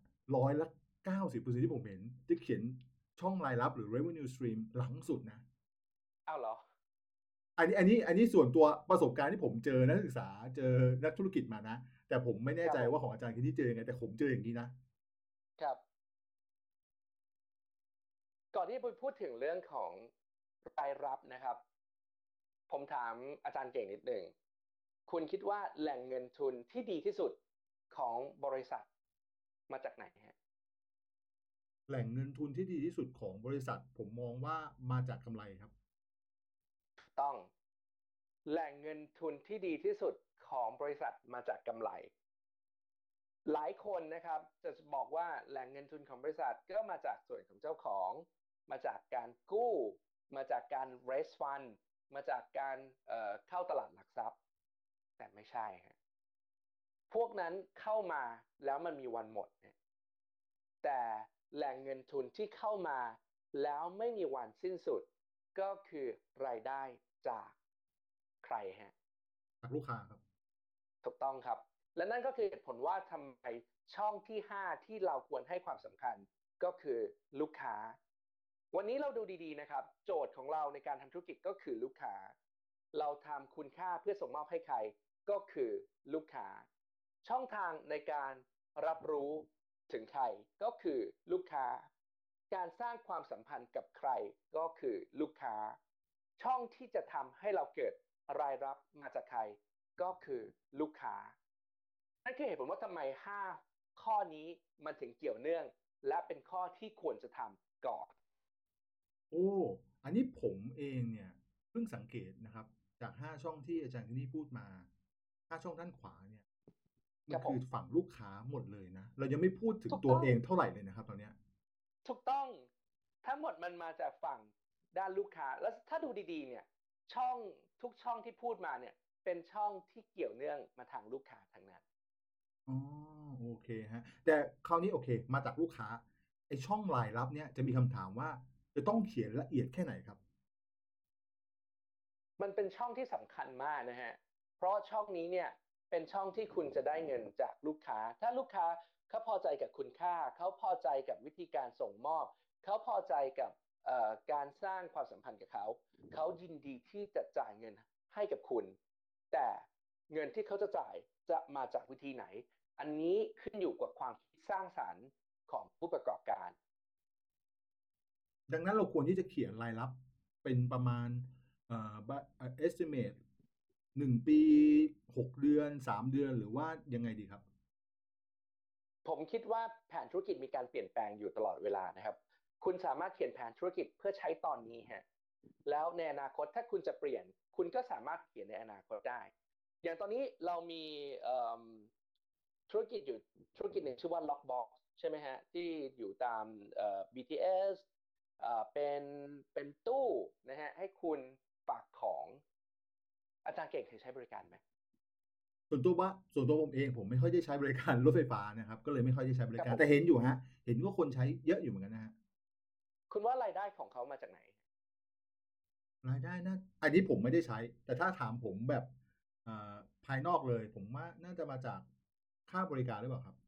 Speaker 1: 90%ที่ผมเห็นจะเขียนช่องรายรับหรือ revenue stream หลังสุดนะ
Speaker 2: เอาเหรอ
Speaker 1: อันนี้ส่วนตัวประสบการณ์ที่ผมเจอนักศึกษาเจอนักธุรกิจมานะแต่ผมไม่แน่ใจ
Speaker 2: ครับผม
Speaker 1: ว่าของอาจารย์คิดที่เจอยังไงแต่ผมเจออย่างนี้นะ
Speaker 2: ครับก่อนที่จะไปพูดถึงเรื่องของรายรับนะครับผมถามอาจารย์เก่งนิดหนึ่งคุณคิดว่าแหล่งเงินทุนที่ดีที่สุดของบริษัทมาจากไหนฮะ
Speaker 1: แหล่งเงินทุนที่ดีที่สุดของบริษัทผมมองว่ามาจากกำไรครับ
Speaker 2: ต้องแหล่งเงินทุนที่ดีที่สุดของบริษัทมาจากกำไร หลายคนนะครับจะบอกว่าแหล่งเงินทุนของบริษัทก็มาจากส่วนของเจ้าของมาจากการกู้มาจากการ raise fund มาจากการเข้าตลาดหลักทรัพย์แต่ไม่ใช่ฮะพวกนั้นเข้ามาแล้วมันมีวันหมดเนี่ยแต่แหล่งเงินทุนที่เข้ามาแล้วไม่มีวันสิ้นสุดก็คือรายได้จากใครฮะ
Speaker 1: จากลูกค้าครับ
Speaker 2: ถูกต้องครับ และนั่นก็คือเหตุผลว่าทำไมช่องที่5ที่เราควรให้ความสำคัญก็คือลูกค้า วันนี้เราดูดีๆนะครับโจทย์ของเราในการทำธุรกิจก็คือลูกค้า เราทำคุณค่าเพื่อส่งมอบให้ใครก็คือลูกค้า ช่องทางในการรับรู้ถึงใครก็คือลูกค้า การสร้างความสัมพันธ์กับใครก็คือลูกค้า ช่องที่จะทำให้เราเกิดรายรับมาจากใครก็คือลูกค้านั่นคือเหตุผลว่าทำไม5ข้อนี้มันถึงเกี่ยวเนื่องและเป็นข้อที่ควรจะทำก่อน
Speaker 1: โอ้อันนี้ผมเองเนี่ยเพิ่งสังเกตนะครับจาก5ช่องที่อาจารย์ที่นี่พูดมา 5 ช่องด้านขวาเนี่ย
Speaker 2: ค
Speaker 1: มัน
Speaker 2: รับผม
Speaker 1: คือฝั่งลูกค้าหมดเลยนะเรายังไม่พูดถึง
Speaker 2: ถูกต้อง
Speaker 1: ตัวเองเท่าไหร่เลยนะครับตอนเนี้ย
Speaker 2: ถูกต้องทั้งหมดมันมาจากฝั่งด้านลูกค้าแล้วถ้าดูดีๆเนี่ยช่องทุกช่องที่พูดมาเนี่ยเป็นช่องที่เกี่ยวเนื่องมาทางลูกค้าทั้งนั้น
Speaker 1: อ๋อโอเคฮะแต่คราวนี้โอเคมาจากลูกค้าไอ้ช่องรายรับเนี่ยจะมีคำถามว่าจะต้องเขียนละเอียดแค่ไหนครับ
Speaker 2: มันเป็นช่องที่สำคัญมากนะฮะเพราะช่องนี้เนี่ยเป็นช่องที่คุณจะได้เงินจากลูกค้าถ้าลูกค้าเขาพอใจกับคุณค่าเขาพอใจกับวิธีการส่งมอบเขาพอใจกับการสร้างความสัมพันธ์กับเขาเขายินดีที่จะจ่ายเงินให้กับคุณแต่เงินที่เขาจะจ่ายจะมาจากวิธีไหนอันนี้ขึ้นอยู่กับความคิดสร้างสรรค์ของผู้ประกอบการ
Speaker 1: ดังนั้นเราควรที่จะเขียนรายรับเป็นประมาณestimate 1 ปี6 เดือน3 เดือนหรือว่ายังไงดีครับ
Speaker 2: ผมคิดว่าแผนธุรกิจมีการเปลี่ยนแปลงอยู่ตลอดเวลานะครับคุณสามารถเขียนแผนธุรกิจเพื่อใช้ตอนนี้ฮะแล้วในอนาคตถ้าคุณจะเปลี่ยนคุณก็สามารถเขียนในอนาคตได้อย่างตอนนี้เรามีธุรกิจอยู่ธุรกิจหนึ่งชื่อว่า Lockbox ใช่ไหมฮะที่อยู่ตามBTS เป็นตู้นะฮะให้คุณฝากของอาจารย์เก่งเคยใช้บริการไหม
Speaker 1: ส่วนตัวผมเองผมไม่ค่อยได้ใช้บริการรถไฟฟ้านะครับก็เลยไม่ค่อยได้ใช้บริการ
Speaker 2: ครับผม
Speaker 1: แต่เห็นอยู่ฮะเห็นว่าคนใช้เยอะอยู่เหมือนกันนะฮะ
Speaker 2: คุณว่ารายได้ของเขามาจากไหน
Speaker 1: รายได้น่าอันนี้ผมไม่ได้ใช้แต่ถ้าถามผมแบบอ่าภายนอกเลยผมว่าน่าจะมาจากค่าบริการหรือเปล่าครับ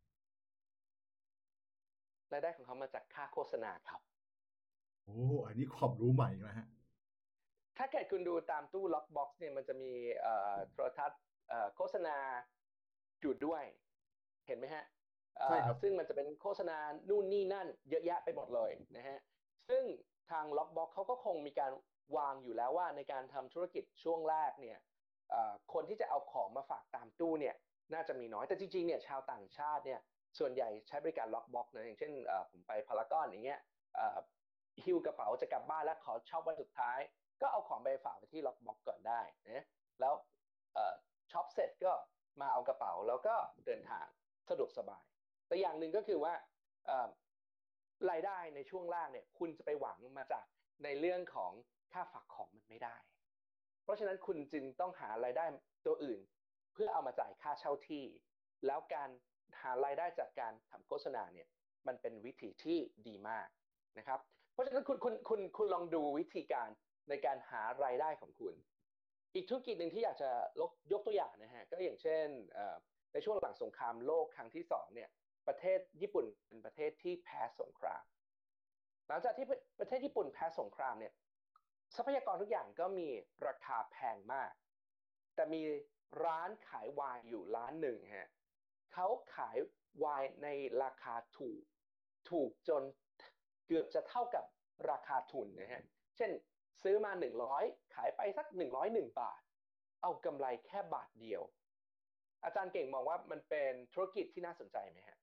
Speaker 2: รายได้ของเขามาจากค่าโฆษณาครับ
Speaker 1: โอ้อันนี้ความรู้ใหม่อีกแล้วฮะ
Speaker 2: ถ้าเกิดคุณดูตามตู้ล็อกบ็อกซ์เนี่ยมันจะมีโทรทัศน์โฆษณาอยู่ด้วยเห็นไหมฮะ
Speaker 1: ใช่ครับ
Speaker 2: ซึ่งมันจะเป็นโฆษณานู่นนี่นั่นเยอะแยะไปหมดเลยนะฮะซึ่งทางล็อกบ็อกเขาก็คงมีการวางอยู่แล้วว่าในการทำธุรกิจช่วงแรกเนี่ยคนที่จะเอาของมาฝากตามตู้เนี่ยน่าจะมีน้อยแต่จริงๆเนี่ยชาวต่างชาติเนี่ยส่วนใหญ่ใช้บริการล็อกบ็อกนะอย่างเช่นผมไปพารากอนอย่างเงี้ยหิ้วกระเป๋าจะกลับบ้านแล้วขอช็อปวันสุดท้ายก็เอาของไปฝากไว้ที่ล็อกบ็อกก่อนได้นะแล้วช็อปเสร็จก็มาเอากระเป๋าแล้วก็เดินทางสะดวกสบายแต่อย่างหนึ่งก็คือว่ารายได้ในช่วงแรกเนี่ยคุณจะไปหวังมาจากในเรื่องของค่าฝากของมันไม่ได้เพราะฉะนั้นคุณจึงต้องหารายได้ตัวอื่นเพื่อเอามาจ่ายค่าเช่าที่แล้วการหารายได้จากการทำโฆษณาเนี่ยมันเป็นวิธีที่ดีมากนะครับเพราะฉะนั้นคุณลองดูวิธีการในการหารายได้ของคุณอีกธุรกิจหนึ่งที่อยากจะยกตัวอย่างนะฮะก็อย่างเช่นในช่วงหลังสงครามโลกครั้งที่สองเนี่ยประเทศญี่ปุ่นเป็นประเทศที่แพ้สงครามหลังจากที่ประเทศญี่ปุ่นแพ้สงครามเนี่ยทรัพยากรทุกอย่างก็มีราคาแพงมากแต่มีร้านขายไวน์อยู่ร้านหนึ่งฮะเขาขายไวน์ในราคาถูกจนเกือบจะเท่ากับราคาทุนนะฮะเช่นซื้อมา100ขายไปสัก101 บาทเอากำไรแค่บาทเดียวอาจารย์เก่งมองว่ามันเป็นธุรกิจที่น่าสนใจไหมฮะ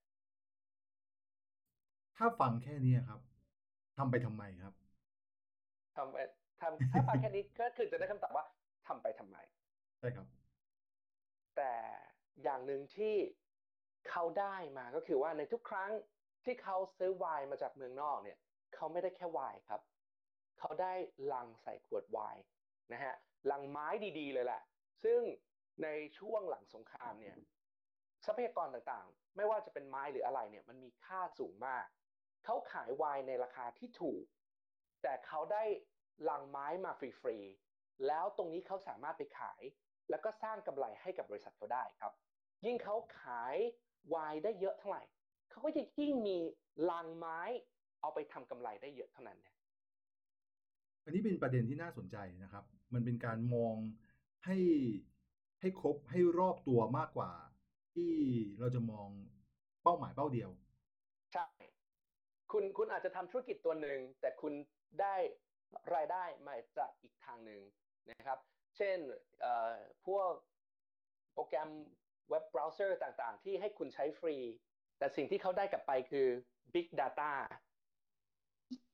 Speaker 1: ถ้าฟังแค่นี้ครับทำไปทำไมครับ
Speaker 2: ทำไปถ้าฟังแค่นี้ก็คือจะได้คำตอบว่าทำไปทำไม
Speaker 1: ใช่ครับ
Speaker 2: แต่อย่างหนึ่งที่เขาได้มาก็คือว่าในทุกครั้งที่เขาซื้อไวน์มาจากเมืองนอกเนี่ยเขาไม่ได้แค่ไวน์ครับเขาได้ลังใส่ขวดไวน์นะฮะลังไม้ดีๆเลยแหละซึ่งในช่วงหลังสงครามเนี่ยทรัพยากรต่างๆไม่ว่าจะเป็นไม้หรืออะไรเนี่ยมันมีค่าสูงมากเขาขายไวน์ในราคาที่ถูกแต่เขาได้ลังไม้มาฟรีๆแล้วตรงนี้เขาสามารถไปขาย แล้วก็สร้างกำไรให้กับบริษัทเขาได้ครับยิ่งเขาขายไวน์ได้เยอะเท่าไหร่เขาก็จะยิ่งมีลังไม้เอาไปทำกำไรได้เยอะเท่านั้นเนี่ย
Speaker 1: อันนี้เป็นประเด็นที่น่าสนใจนะครับมันเป็นการมองให้ให้ครบให้รอบตัวมากกว่าที่เราจะมองเป้าหมายเป้าเดียว
Speaker 2: ใช่คุณอาจจะทำธุรกิจตัวหนึ่งแต่คุณได้รายได้มาจากอีกทางหนึ่งนะครับเช่นพวกโปรแกรมเว็บเบราว์เซอร์ต่างๆที่ให้คุณใช้ฟรีแต่สิ่งที่เขาได้กลับไปคือ Big Data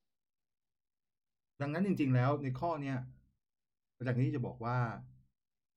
Speaker 1: ดังนั้นจริงๆแล้วในข้อเนี้ยอาจารย์นี้จะบอกว่า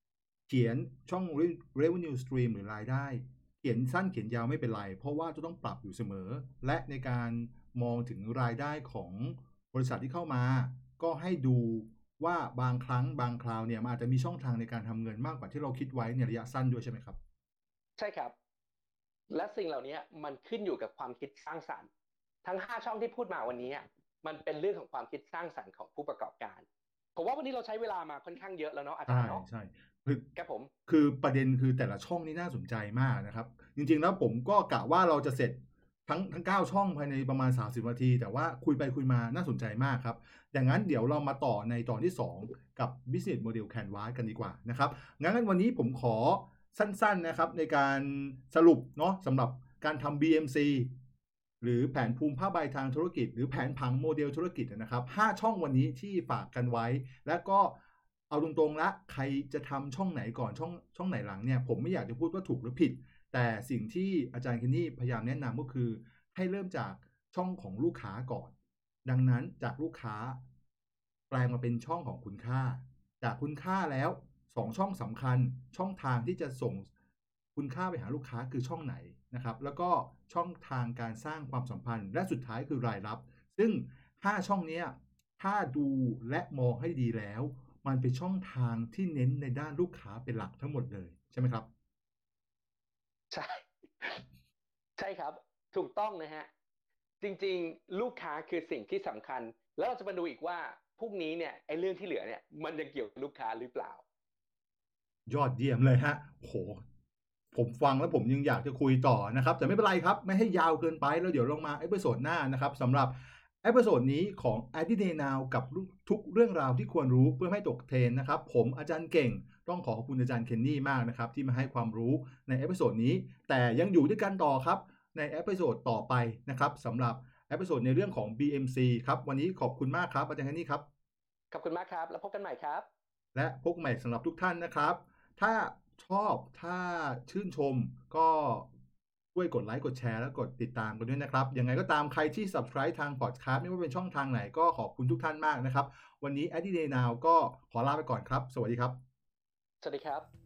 Speaker 1: เขียนช่อง revenue stream หรือรายได้เขียนสั้นเขียนยาวไม่เป็นไรเพราะว่าจะต้องปรับอยู่เสมอและในการมองถึงรายได้ของบริษัทที่เข้ามาก็ให้ดูว่าบางครั้งบางคราวเนี่ยมันอาจจะมีช่องทางในการทำเงินมากกว่าที่เราคิดไว้ในระยะสั้นด้วยใช่ไหมครับ
Speaker 2: ใช่ครับและสิ่งเหล่านี้มันขึ้นอยู่กับความคิดสร้างสรรค์ทั้ง5ช่องที่พูดมาวันนี้มันเป็นเรื่องของความคิดสร้างสรรค์ของผู้ประกอบการผมว่าวันนี้เราใช้เวลามาค่อนข้างเยอะแล้วเนาะอาจารย์เนาะ
Speaker 1: ใช่คือ
Speaker 2: ครับผม
Speaker 1: คือประเด็นคือแต่ละช่องนี่น่าสนใจมากนะครับจริงๆแล้วผมก็กะว่าเราจะเสร็จทั้ง9ช่องภายในประมาณ30นาทีแต่ว่าคุยไปคุยมาน่าสนใจมากครับอย่างนั้นเดี๋ยวเรามาต่อในตอนที่2กับ Business Model Canvas กันดีกว่านะครับงั้นวันนี้ผมขอสั้นๆนะครับในการสรุปเนาะสำหรับการทำ BMC หรือแผนภูมิผ้าใบทางธุรกิจหรือแผนผังโมเดลธุรกิจนะครับ5ช่องวันนี้ที่ฝากกันไว้และก็เอาตรงๆละใครจะทำช่องไหนก่อนช่องไหนหลังเนี่ยผมไม่อยากจะพูดว่าถูกหรือผิดแต่สิ่งที่อาจารย์เคนนี่พยายามแนะนำก็คือให้เริ่มจากช่องของลูกค้าก่อนดังนั้นจากลูกค้าแปลงมาเป็นช่องของคุณค่าจากคุณค่าแล้ว2ช่องสำคัญช่องทางที่จะส่งคุณค่าไปหาลูกค้าคือช่องไหนนะครับแล้วก็ช่องทางการสร้างความสัมพันธ์และสุดท้ายคือรายรับซึ่ง5ช่องนี้ถ้าดูและมองให้ดีแล้วมันเป็นช่องทางที่เน้นในด้านลูกค้าเป็นหลักทั้งหมดเลยใช่ไหมครับ
Speaker 2: ใช่ ใช่ครับถูกต้องนะฮะจริงๆลูกค้าคือสิ่งที่สำคัญแล้วเราจะมาดูอีกว่าพรุ่งนี้เนี่ยไอ้เรื่องที่เหลือเนี่ยมันยังเกี่ยวกับลูกค้าหรือเปล่า
Speaker 1: ยอดเยี่ยมเลยฮะโหผมฟังแล้วผมยังอยากจะคุยต่อนะครับแต่ไม่เป็นไรครับไม่ให้ยาวเกินไปแล้วเดี๋ยวลงมาเอพิโซดหน้านะครับสำหรับเอพิโซดนี้ของ Idea Now กับทุกเรื่องราวที่ควรรู้เพื่อไม่ตกเทรนนะครับผมอาจารย์เก่งต้องขอบคุณอาจารย์เคนนี่มากนะครับที่มาให้ความรู้ในเอพิโซดนี้แต่ยังอยู่ด้วยกันต่อครับในเอพิโซดต่อไปนะครับสำหรับเอพิโซดในเรื่องของ BMC ครับวันนี้ขอบคุณมากครับอาจารย์เคนนี่ครับ
Speaker 2: ขอบคุณมากครับแล้วพบกันใหม่ครับ
Speaker 1: และพบใหม่สำหรับทุกท่านนะครับ ถ้าชอบถ้าชื่นชมก็ช่วยกดไลค์กดแชร์และกดติดตามกันด้วยนะครับ ยังไงก็ตามใครที่ Subscribe ทาง Podcast ไม่ว่าเป็นช่องทางไหนก็ขอบคุณทุกท่านมากนะครับ วันนี้ Everyday Now ก็ขอลาไปก่อนครับ สวัสดีครับ
Speaker 2: สวัสดีครับ